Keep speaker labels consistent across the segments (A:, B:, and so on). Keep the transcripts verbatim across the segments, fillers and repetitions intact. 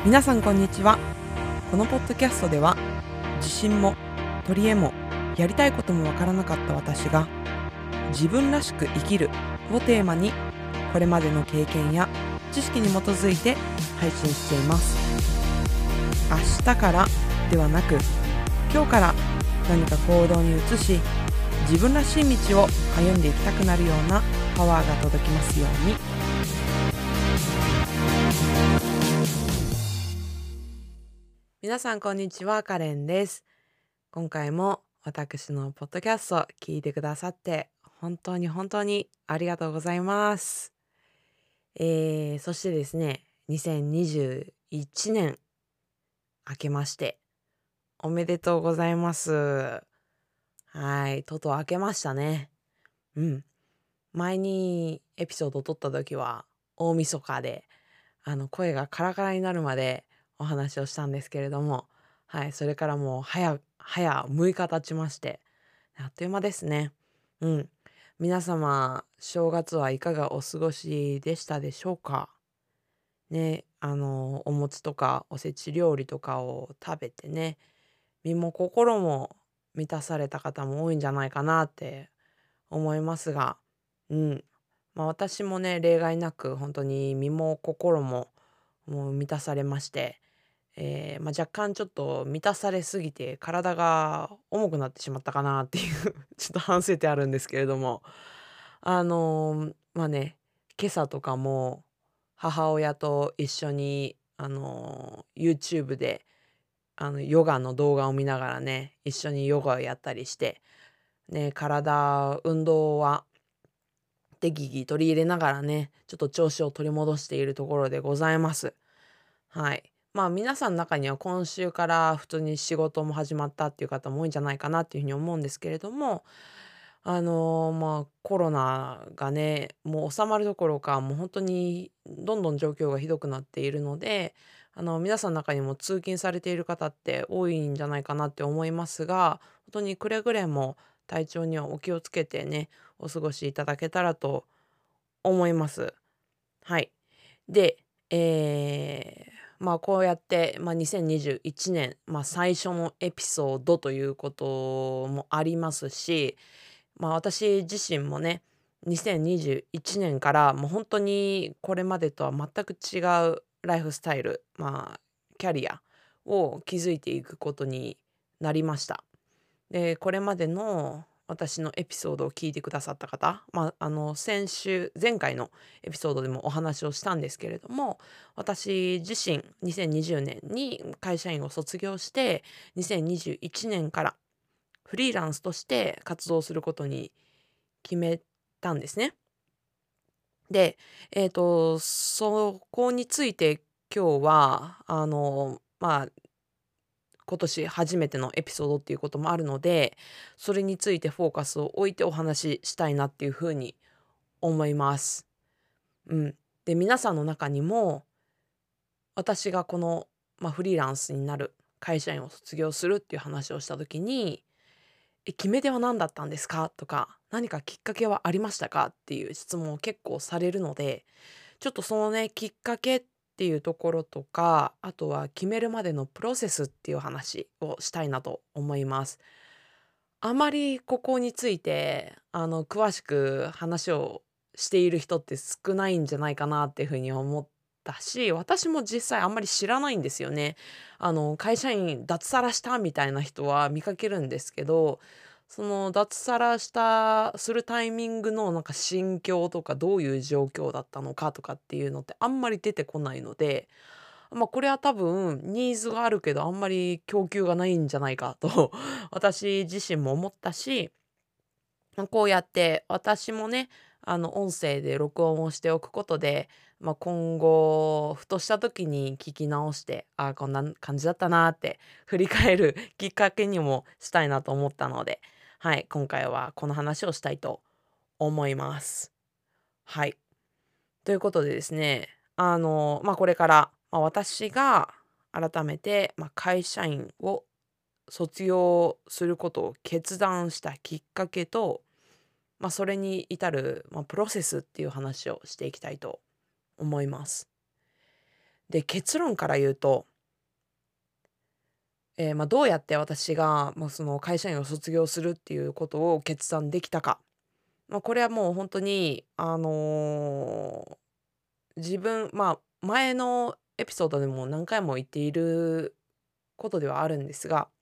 A: 皆さんこんにちは。このポッドキャストでは、自信も取り柄もやりたいこともわからなかった私が自分らしく生きるをテーマに、これまでの経験や知識に基づいて配信しています。明日からではなく、今日から何か行動に移し、自分らしい道を歩んでいきたくなるようなパワーが届きますように。皆さんこんにちは、カレンです。今回も私のポッドキャスト聞いてくださって本当に本当にありがとうございます。えー、そしてですね、にせんにじゅういちねん明けましておめでとうございます。はい、とうとう明けましたね。うん。前にエピソードを撮った時は大晦日で、あの声がカラカラになるまでお話をしたんですけれども、はい、それからもう早早むいか経ちまして、あっという間ですね。うん。皆様、正月はいかがお過ごしでしたでしょうか？ね、あのお餅とかおせち料理とかを食べてね、身も心も満たされた方も多いんじゃないかなって思いますが、うん。まあ私もね、例外なく本当に身も心ももう満たされまして、えーまあ、若干ちょっと満たされすぎて体が重くなってしまったかなっていうちょっと反省点あるんですけれども、あのーまあね、今朝とかも母親と一緒に、あのー YouTube であのヨガの動画を見ながらね、一緒にヨガをやったりして、ね、体運動は適宜取り入れながらね、ちょっと調子を取り戻しているところでございます。はい。まあ皆さんの中には今週から普通に仕事も始まったっていう方も多いんじゃないかなっていうふうに思うんですけれども、あのーまあコロナがね、もう収まるどころか、もう本当にどんどん状況がひどくなっているので、あの皆さんの中にも通勤されている方って多いんじゃないかなって思いますが、本当にくれぐれも体調にはお気をつけてね、お過ごしいただけたらと思います。はい。で、えー、まあこうやって、まあ、にせんにじゅういちねん、まあ、最初のエピソードということもありますし、まあ私自身もね、にせんにじゅういちねんからもう本当にこれまでとは全く違うライフスタイル、まあキャリアを築いていくことになりました。で、これまでの私のエピソードを聞いてくださった方、まあ、あの、先週、前回のエピソードでもお話をしたんですけれども、私自身、にせんにじゅうねんに会社員を卒業して、にせんにじゅういちねんからフリーランスとして活動することに決めたんですね。で、えっと、そこについて今日は、あの、まあ、今年初めてのエピソードっていうこともあるので、それについてフォーカスを置いてお話ししたいなっていうふうに思います。うん。で、皆さんの中にも、私がこの、まあ、フリーランスになる、会社員を卒業するっていう話をした時に、え、決め手は何だったんですかとか、何かきっかけはありましたかっていう質問を結構されるので、ちょっとそのね、きっかけっていうところとか、あとは決めるまでのプロセスっていう話をしたいなと思います。あまりここについて、あの、詳しく話をしている人って少ないんじゃないかなっていうふうに思ったし、私も実際あんまり知らないんですよね。あの、会社員脱サラしたみたいな人は見かけるんですけど、その脱サラしたするタイミングのなんか心境とかどういう状況だったのかとかっていうのってあんまり出てこないので、まあ、これは多分ニーズがあるけどあんまり供給がないんじゃないかと私自身も思ったし、ま、こうやって私もね、あの、音声で録音をしておくことで、まあ、今後ふとした時に聞き直して、ああ、こんな感じだったなって振り返るきっかけにもしたいなと思ったので、はい、今回はこの話をしたいと思います。はい。ということでですね、あの、まあ、これから、まあ、私が改めて、まあ、会社員を卒業することを決断したきっかけと、まあ、それに至る、まあ、プロセスっていう話をしていきたいと思います。 で、結論から言うと、えーまあ、どうやって私が、まあ、その会社員を卒業するっていうことを決断できたか。まあ、これはもう本当に、あの、自分まあ、前のエピソードでも何回も言っていることではあるんですが、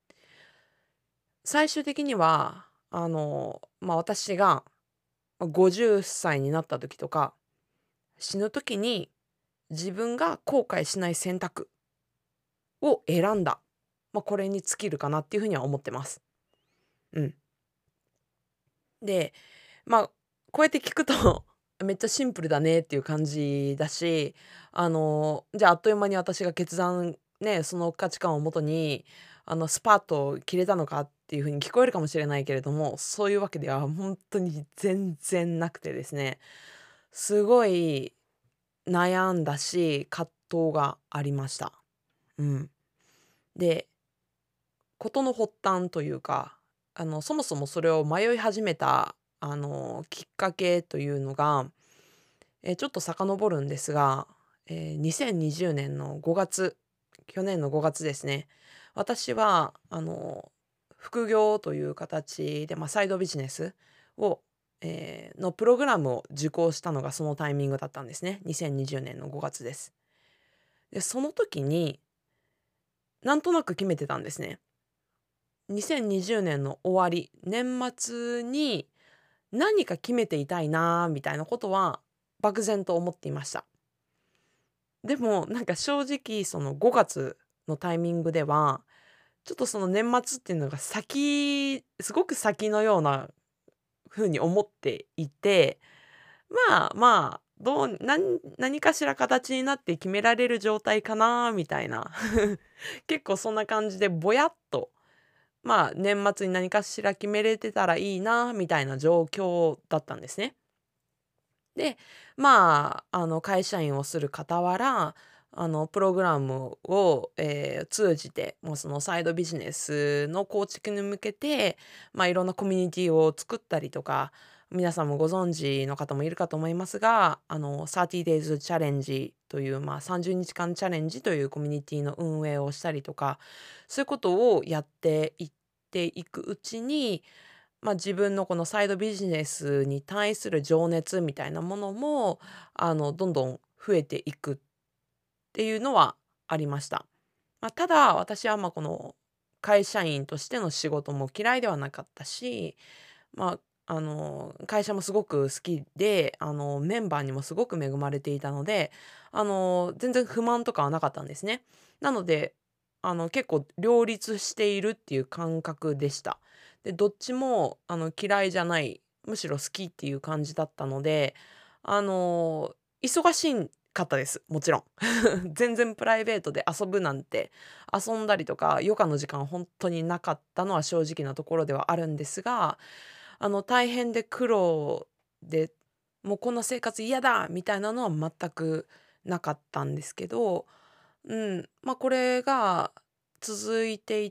A: 最終的には、あの、まあ、私が、ま、ごじゅっさいになった時とか、死ぬ時に自分が後悔しない選択を選んだ。まあ、これに尽きるかなっていうふうには思ってます。うん。で、まあ、こうやって聞くとめっちゃシンプルだねっていう感じだし、あの、じゃあ、あっという間に私が決断ね、その価値観をもとに、あの、スパッと切れたのかっていう風に聞こえるかもしれないけれども、そういうわけでは本当に全然なくてですね、すごい悩んだし、葛藤がありました。うん。で、事の発端というか、あの、そもそもそれを迷い始めた、あの、きっかけというのが、え、ちょっと遡るんですが、えーにせんにじゅうねんのごがつ、去年のごがつですね。私は、あの、副業という形で、まあ、サイドビジネスを、えーのプログラムを受講したのがそのタイミングだったんですね。にせんにじゅうねんのごがつです。で、その時に、なんとなく決めてたんですね。にせんにじゅうねんの終わり、年末に何か決めていたいなみたいなことは漠然と思っていました。でも、なんか正直そのごがつのタイミングでは、ちょっとその年末っていうのが先すごく先のような風に思っていて、まあまあ、どうなん何かしら形になって決められる状態かなみたいな。結構そんな感じでぼやっと、まあ、年末に何かしら決めれてたらいいなみたいな状況だったんですね。で、まあ、あの、会社員をする傍ら、あの、プログラムを、えー通じて、もうそのサイドビジネスの構築に向けて、まあ、いろんなコミュニティを作ったりとか、皆さんもご存知の方もいるかと思いますが、あの、さんじゅう days チャレンジという、まあ、さんじゅうにちかんチャレンジというコミュニティの運営をしたりとか、そういうことをやっていっていくうちに、まあ、自分のこのサイドビジネスに対する情熱みたいなものも、あの、どんどん増えていくっていうのはありました。まあ、ただ、私は、ま、この会社員としての仕事も嫌いではなかったし、まあ、あの、会社もすごく好きで、あの、メンバーにもすごく恵まれていたので、あの、全然不満とかはなかったんですね。なので、あの、結構両立しているっていう感覚でした。で、どっちも、あの、嫌いじゃない、むしろ好きっていう感じだったので、あの、忙しいかったです、もちろん。全然プライベートで遊ぶなんて、遊んだりとか、余暇の時間本当になかったのは正直なところではあるんですが、あの、大変で苦労で、もうこんな生活嫌だみたいなのは全くなかったんですけど、うん、ま、これが続いていって、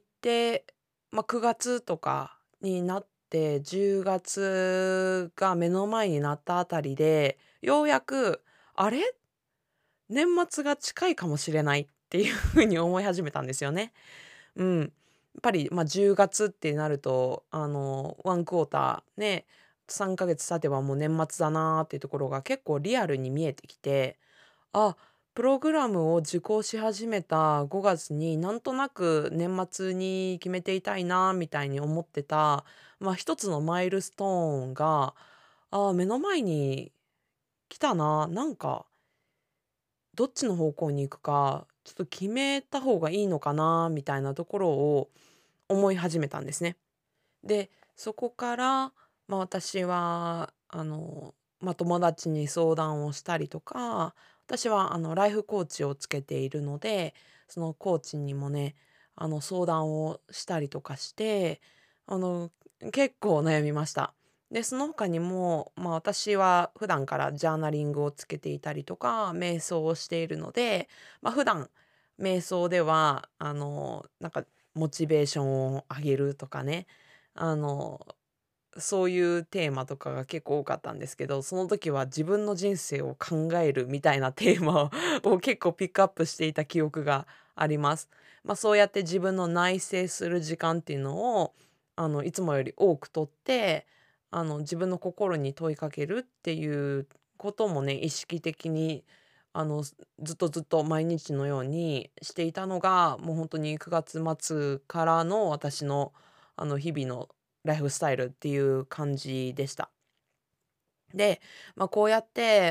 A: ま、くがつとかになって、じゅうがつが目の前になったあたりで、ようやく、あれ、年末が近いかもしれないっていう風に思い始めたんですよね。うん。やっぱり、まあ、じゅうがつってなると、あの、ワンクォーターね、さんかげつ経てばもう年末だなーっていうところが結構リアルに見えてきて、あ、プログラムを受講し始めたごがつになんとなく年末に決めていたいなみたいに思ってた、まあ、一つのマイルストーンが、あ、目の前に来たな、なんかどっちの方向に行くか、ちょっと決めた方がいいのかなみたいなところを思い始めたんですね。で、そこから、まあ、私は、あの、まあ、友達に相談をしたりとか、私は、あの、ライフコーチをつけているので、そのコーチにもね、あの、相談をしたりとかして、あの、結構悩みました。で、その他にも、まあ、私は普段からジャーナリングをつけていたりとか、瞑想をしているので、まあ、普段瞑想では、あの、なんかモチベーションを上げるとかね、あの、 そういうテーマとかが結構多かったんですけど、その時は自分の人生を考えるみたいなテーマを結構ピックアップしていた記憶があります。まあ、そうやって自分の内省する時間っていうのを、あの、いつもより多くとって、あの、自分の心に問いかけるっていうこともね、意識的に、あの、ずっとずっと毎日のようにしていたのが、もう本当にくがつ末からの私の、あの、日々のライフスタイルっていう感じでした。で、まあ、こうやって、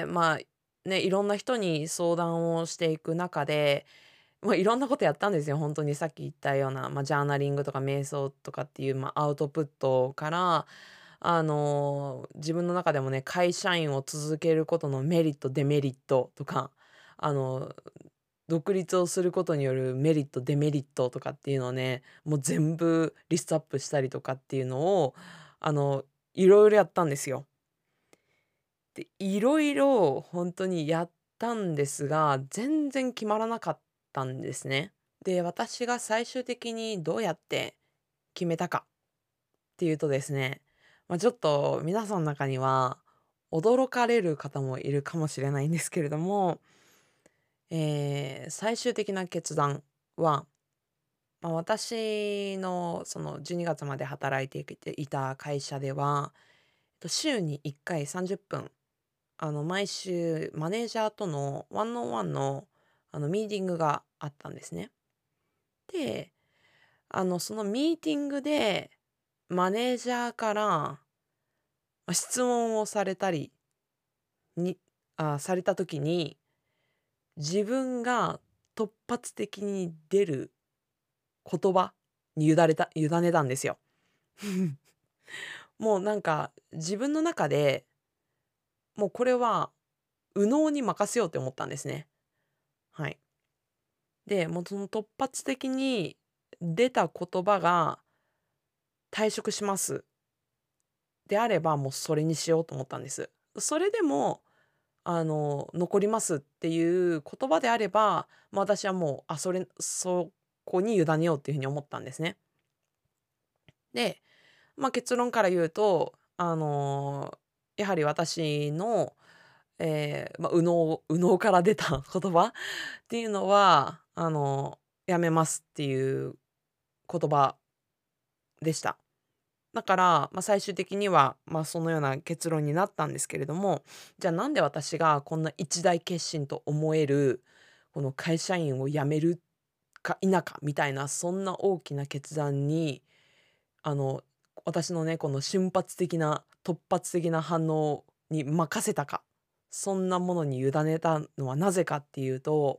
A: まあ、ね、いろんな人に相談をしていく中で、まあ、いろんなことやったんですよ。本当にさっき言ったような、まあ、ジャーナリングとか瞑想とかっていう、まあ、アウトプットから、あの、自分の中でもね、会社員を続けることのメリット、デメリットとか、あの、独立をすることによるメリット、デメリットとかっていうのをね、もう全部リストアップしたりとかっていうのを、あの、いろいろやったんですよ。で、いろいろ本当にやったんですが、全然決まらなかったんですね。で、私が最終的にどうやって決めたかっていうとですね、まあ、ちょっと皆さんの中には驚かれる方もいるかもしれないんですけれども、えー最終的な決断は、まあ、私のそのじゅうにがつまで働いていた会社では、えっと週にいっかいさんじゅっぷん、あの、毎週マネージャーとのワンオンワンの、あの、ミーティングがあったんですね。で、あの、そのミーティングで、マネージャーから、まあ、質問をされたりにあ、された時に、自分が突発的に出る言葉に委ねた委ねたんですよ。もうなんか、自分の中で、もうこれは右脳に任せようって思ったんですね。はい。で、もうその突発的に出た言葉が退職しますであれば、もうそれにしようと思ったんです。それでも、あの、残りますっていう言葉であれば、まあ、私はもう、あ、それそこに委ねようっていうふうに思ったんですね。で、まあ、結論から言うと、あの、やはり私の、ええ、まあ、右脳右脳から出た言葉っていうのは、あの、やめますっていう言葉でした。だから、まあ、最終的には、まあ、そのような結論になったんですけれども、じゃあなんで私がこんな一大決心と思える、この会社員を辞めるか否かみたいな、そんな大きな決断に、あの、私のね、この瞬発的な、突発的な反応に任せたか、そんなものに委ねたのはなぜかっていうと、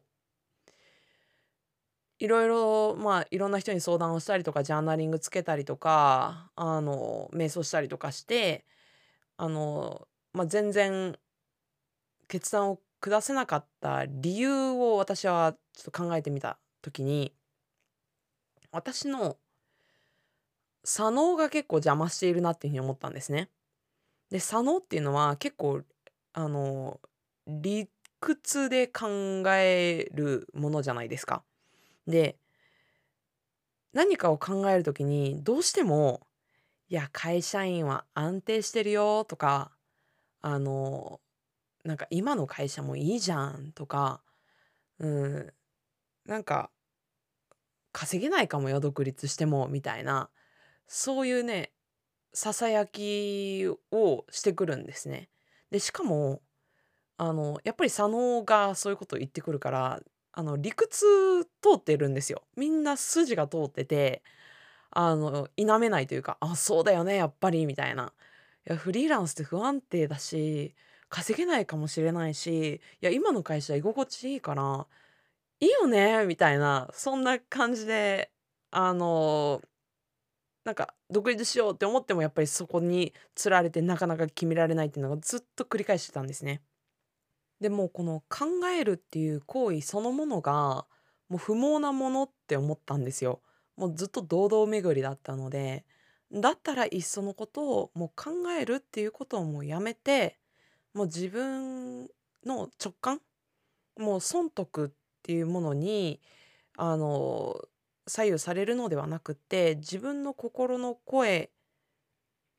A: いろいろ、まあ、いろんな人に相談をしたりとか、ジャーナリングつけたりとか、あの、瞑想したりとかして、あの、まあ、全然決断を下せなかった理由を私はちょっと考えてみた時に、私の左脳が結構邪魔しているなっていうふうに思ったんですね。で、左脳っていうのは結構、あの、理屈で考えるものじゃないですか。で、何かを考える時にどうしても、いや、会社員は安定してるよとか、あの、なんか今の会社もいいじゃんとか、うん、なんか稼げないかもよ、独立してもみたいな、そういうね、ささやきをしてくるんですね。で、しかも、あの、やっぱり左脳がそういうことを言ってくるから、あの、理屈通ってるんですよ。みんな筋が通ってて、あの、否めないというか、あ、そうだよね、やっぱりみたいな。いや、フリーランスって不安定だし、稼げないかもしれないし、いや、今の会社居心地いいから、いいよねみたいな、そんな感じで、あの、なんか独立しようって思ってもやっぱりそこに釣られてなかなか決められないっていうのがずっと繰り返してたんですね。でもこの考えるっていう行為そのものが、もう不毛なものって思ったんですよ。もうずっと堂々巡りだったので、だったらいっそのことをもう考えるっていうことをもうやめて、もう自分の直感、もう損得っていうものに、あの、左右されるのではなくって、自分の心の声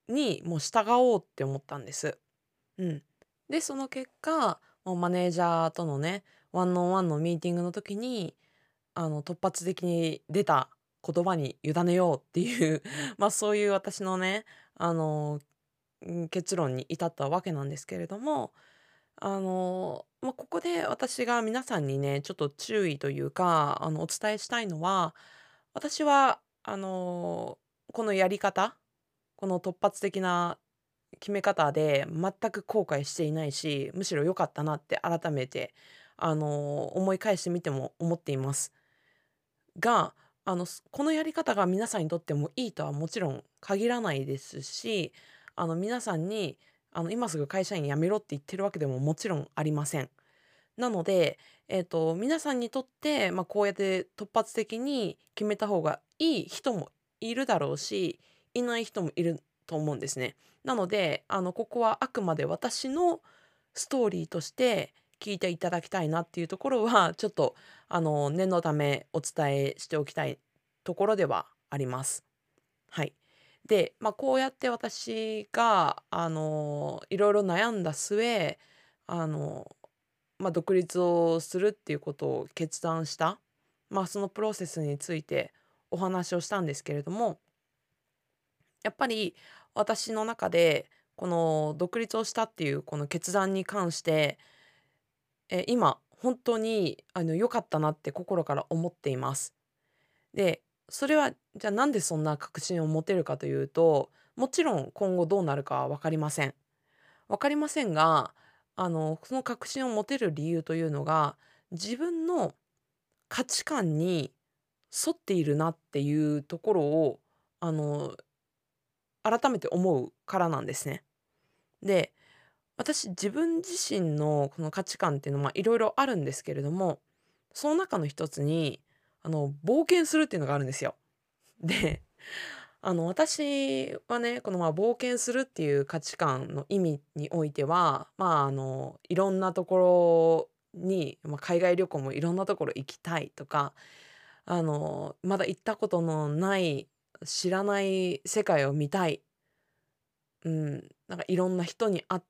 A: にもう従おうって思ったんです。うん。で、その結果、もうマネージャーとのね、ワンオンワンのミーティングの時に、あの、突発的に出た言葉に委ねようっていう、ま、そういう私のね、あの、うん、結論に至ったわけなんですけれども、あの、ま、ここで私が皆さんにね、ちょっと注意というか、あの、お伝えしたいのは、私は、あの、このやり方、この突発的な決め方で全く後悔していないし、むしろ良かったなって改めて、あの、思い返してみても思っています。が、あの、すこのやり方が皆さんにとってもいいとはもちろん限らないですし、あの、皆さんに、あの、今すぐ会社員辞めろって言ってるわけでももちろんありません。なので、えっと、皆さんにとって、まあ、こうやって突発的に決めた方がいい人もいるだろうし、いない人もいると思うんですね。なので、あの、ここはあくまで私のストーリーとして聞いていただきたいなっていうところは、ちょっと、あの、念のためお伝えしておきたいところではあります。はい。で、まあ、こうやって私が、あの、いろいろ悩んだ末、あの、まあ、独立をするっていうことを決断した、まあ、そのプロセスについてお話をしたんですけれども、やっぱり私の中でこの独立をしたっていうこの決断に関して、え、今本当にあの良かったなって心から思っています。で、それはじゃあなんでそんな確信を持てるかというと、もちろん今後どうなるかは分かりません。分かりませんが、あの、その確信を持てる理由というのが、自分の価値観に沿っているなっていうところを、あの、改めて思うからなんですね。で、私自分自身のこの価値観っていうのは、ま、いろいろあるんですけれども、その中の一つに、あの、冒険するっていうのがあるんですよ。で、あの、私はね、この、ま、冒険するっていう価値観の意味においては、まあ、あの、いろんなところに、ま、海外旅行もいろんなところ行きたいとか、あの、まだ行ったことのない、知らない世界を見たい、うん、なんかいろんな人に会って、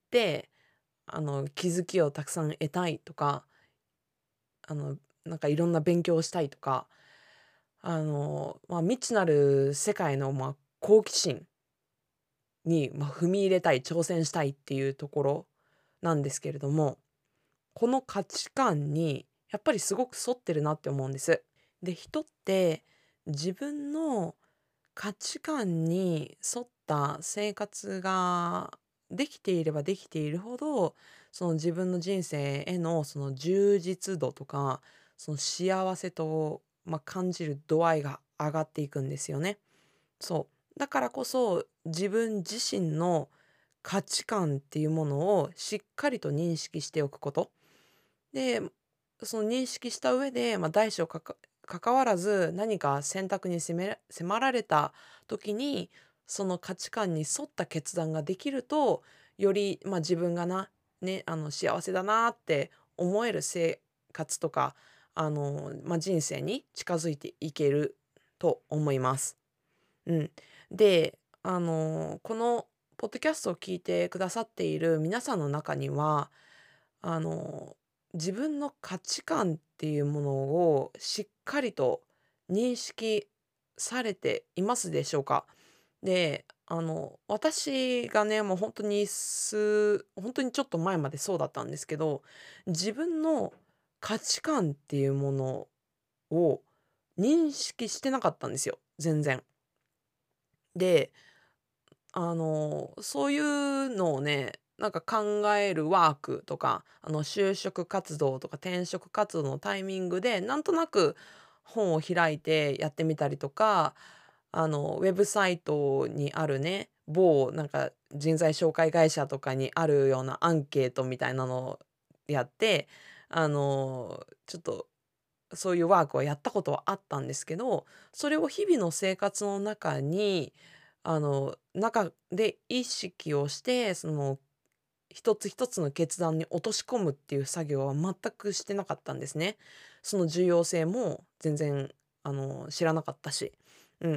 A: あの、気づきをたくさん得たいとか、あの、なんかいろんな勉強をしたいとか、あの、まあ、未知なる世界の、まあ、好奇心に、まあ、踏み入れたい、挑戦したいっていうところなんですけれども、この価値観にやっぱりすごく沿ってるなって思うんです。で、人って自分の価値観に沿った生活ができていればできているほど、その自分の人生へのその充実度とか、その幸せと、まあ、感じる度合いが上がっていくんですよね。そう。だからこそ、自分自身の価値観っていうものをしっかりと認識しておくこと。で、その認識した上で、まあ、大小かか関わらず、何か選択に迫め迫られた時に、その価値観に沿った決断ができると、より、まあ、自分がなね、あの、幸せだなって思える生活とか、あの、まあ、人生に近づいていけると思います。うん。で、あの、このポッドキャストを聞いてくださっている皆さんの中には、あの、自分の価値観っていうものをしっかりと認識されていますでしょうか？で、あの、私がね、もう本当にす本当にちょっと前までそうだったんですけど、自分の価値観っていうものを認識してなかったんですよ、全然。で、あの、そういうのをね、なんか考えるワークとか、あの、就職活動とか転職活動のタイミングで、なんとなく本を開いてやってみたりとか、あの、ウェブサイトにあるね、某なんか人材紹介会社とかにあるようなアンケートみたいなのをやって、あの、ちょっとそういうワークをやったことはあったんですけど、それを日々の生活の中に、あの、中で意識をして、その、一つ一つの決断に落とし込むっていう作業は全くしてなかったんですね。その重要性も全然、あの、知らなかったし。うん。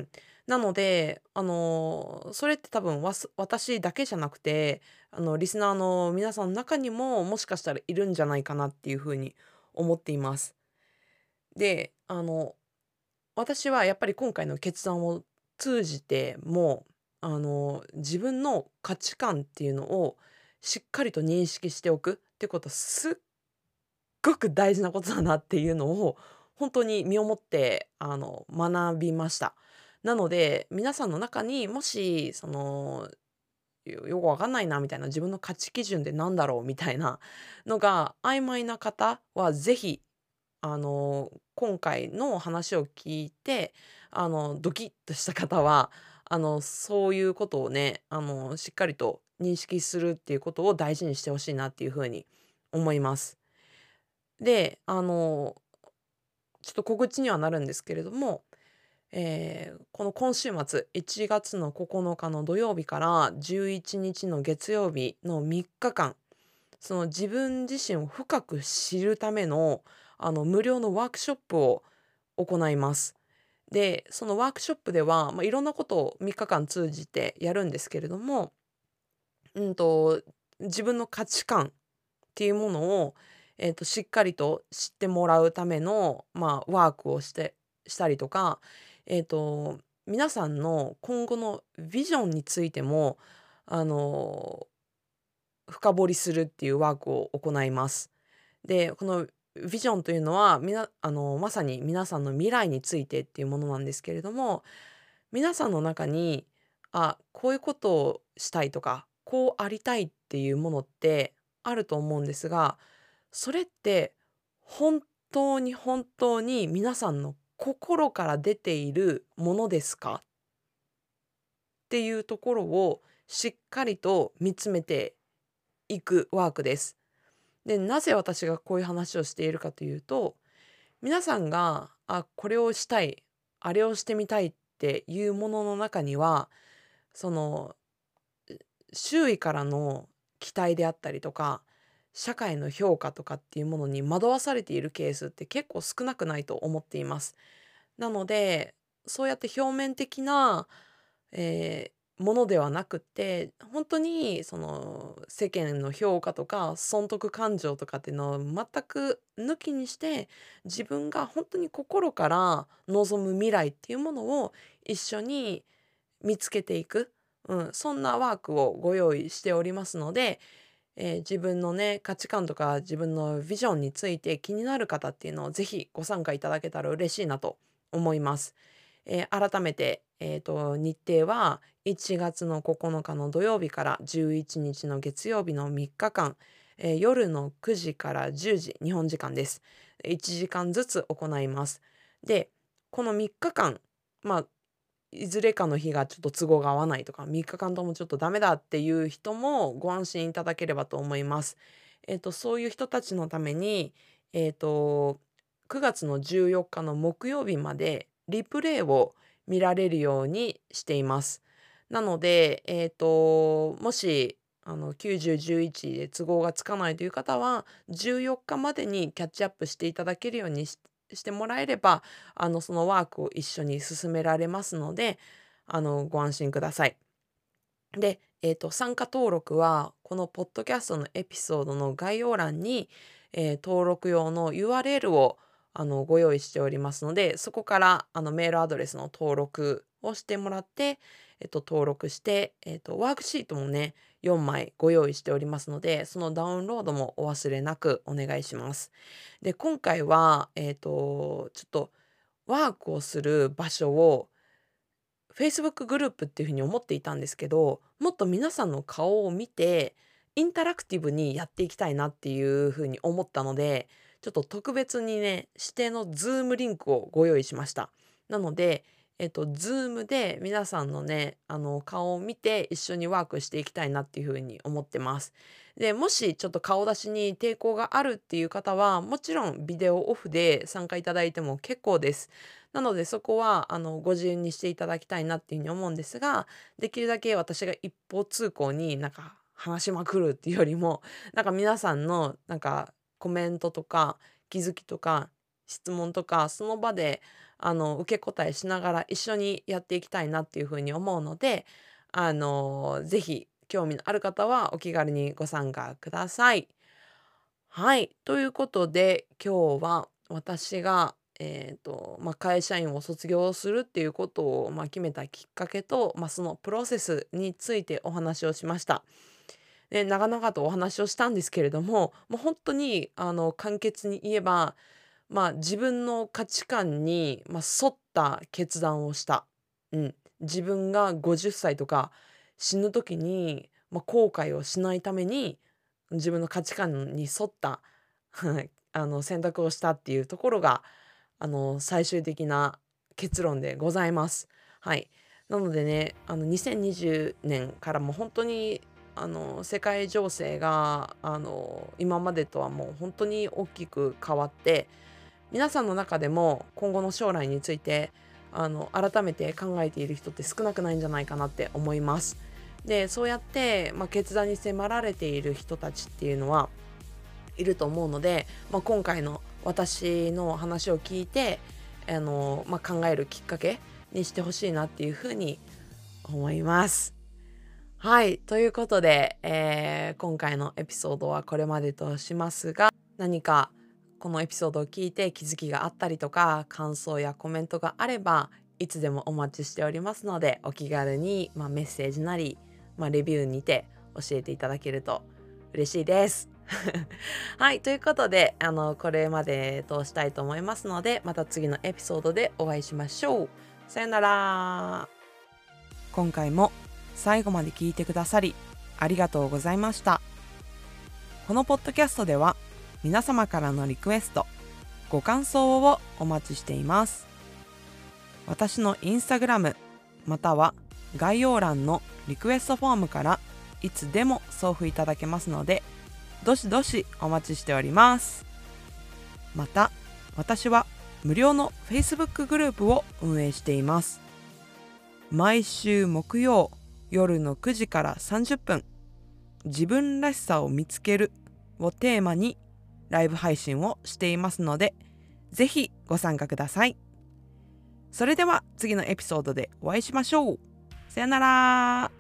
A: なので、あの、それって多分わす私だけじゃなくて、あの、リスナーの皆さんの中にも、もしかしたらいるんじゃないかなっていう風に思っています。で、あの、私はやっぱり今回の決断を通じても、あの、自分の価値観っていうのをしっかりと認識しておくってことはすっごく大事なことだなっていうのを本当に身をもって、あの、学びました。なので、皆さんの中にもし、その、よよくわかんないなみたいな、自分の価値基準ってなんだろうみたいなのが曖昧な方はぜひあの、今回の話を聞いて、あの、ドキッとした方は、あの、そういうことをね、あの、しっかりと認識するっていうことを大事にしてほしいなっていうふうに思います。で、あの、ちょっと告知にはなるんですけれども、えーこの今週末、いちがつのここのかの土曜日からじゅういちにちの月曜日のみっかかん、その自分自身を深く知るための、あの、無料のワークショップを行います。で、そのワークショップでは、まあ、いろんなことをみっかかん通じてやるんですけれども、うんと、自分の価値観っていうものを、えっと、しっかりと知ってもらうための、まあ、ワークをしてしたりとか、えっと、皆さんの今後のビジョンについても、あの深掘りするっていうワークを行います。で、このビジョンというのは、みなあの、まさに皆さんの未来についてっていうものなんですけれども、皆さんの中に、あ、こういうことをしたいとか、こうありたいっていうものってあると思うんですが、それって本当に本当に皆さんの心から出ているものですかっていうところをしっかりと見つめていくワークです。で、なぜ私がこういう話をしているかというと、皆さんが、あ、これをしたい、あれをしてみたいっていうものの中には、その、周囲からの期待であったりとか、社会の評価とかっていうものに惑わされているケースって結構少なくないと思っています。なので、そうやって表面的なえーものではなくって、本当にその世間の評価とか損得感情とかっていうのを全く抜きにして、自分が本当に心から望む未来っていうものを一緒に見つけていく、うん、そんなワークをご用意しておりますので、えー自分のね、価値観とか自分のビジョンについて気になる方っていうのをぜひご参加いただけたら嬉しいなと思います。えー改めて、えーと、日程はいちがつのここのかの土曜日からじゅういちにちの月曜日のみっかかん、えー夜のくじからじゅうじ、日本時間です。いちじかんずつ行います。で、このみっかかん、まあ、いずれかの日がちょっと都合が合わないとか、みっかかんともちょっとダメだっていう人もご安心いただければと思います。えっと、そういう人たちのために、えっと、くがつのじゅうよっかの木曜日までリプレイを見られるようにしています。なので、えっと、もし、あの、きゅうじゅう、じゅういちで都合がつかないという方は、じゅうよっかまでにキャッチアップしていただけるようにししてもらえれば、あの、そのワークを一緒に進められますので、あの、ご安心ください。で、えっと、参加登録は、このポッドキャストのエピソードの概要欄に、えー登録用の ユーアールエル をあのご用意しておりますので、そこからあのメールアドレスの登録をしてもらって、えっと、登録して、えっと、ワークシートもね、よんまいご用意しておりますので、そのダウンロードもお忘れなくお願いします。で、今回は、えっと、ちょっとワークをする場所を Facebook グループっていう風に思っていたんですけど、もっと皆さんの顔を見て、インタラクティブにやっていきたいなっていう風に思ったので、ちょっと特別にね、指定の Zoom リンクをご用意しました。なので、えっと、Zoom で皆さんのね、あの、顔を見て一緒にワークしていきたいなっていう風に思ってます。で、もしちょっと顔出しに抵抗があるっていう方は、もちろんビデオオフで参加いただいても結構です。なのでそこはあのご自由にしていただきたいなっていうふうに思うんですが、できるだけ私が一方通行になんか話しまくるっていうよりも、なんか皆さんのなんかコメントとか気づきとか質問とかその場であの受け答えしながら一緒にやっていきたいなっていうふうに思うので、あのぜひ興味のある方はお気軽にご参加ください。はい。ということで、今日は私が、えーと、まあ、会社員を卒業するっていうことを、まあ、決めたきっかけと、まあ、そのプロセスについてお話をしました。で、長々とお話をしたんですけれども、もう本当にあの簡潔に言えば、まあ、自分の価値観に、まあ、沿った決断をした。うん。自分がごじゅっさいとか死ぬ時に、まあ、後悔をしないために、自分の価値観に沿ったはいあの選択をしたっていうところが、あの最終的な結論でございます。はい。なのでね、あのにせんにじゅうねんからも本当にあの世界情勢があの今までとはもう本当に大きく変わって、皆さんの中でも今後の将来についてあの改めて考えている人って少なくないんじゃないかなって思います。で、そうやって、まあ、決断に迫られている人たちっていうのはいると思うので、まあ、今回の私の話を聞いてあの、まあ、考えるきっかけにしてほしいなっていうふうに思います。はい。ということで、えー今回のエピソードはこれまでとしますが、何かこのエピソードを聞いて気づきがあったりとか、感想やコメントがあれば、いつでもお待ちしておりますので、お気軽に、まあ、メッセージなり、まあ、レビューにて教えていただけると嬉しいです。はい。ということで、あの、これまでとしたいと思いますので、また次のエピソードでお会いしましょう。さよなら。今回も最後まで聞いてくださりありがとうございました。このポッドキャストでは皆様からのリクエスト、ご感想をお待ちしています。私のインスタグラムまたは概要欄のリクエストフォームからいつでも送付いただけますので、どしどしお待ちしております。また、私は無料の Facebook グループを運営しています。毎週木曜夜のくじからさんじゅっぷん、自分らしさを見つけるをテーマにライブ配信をしていますので、ぜひご参加ください。それでは次のエピソードでお会いしましょう。さよなら。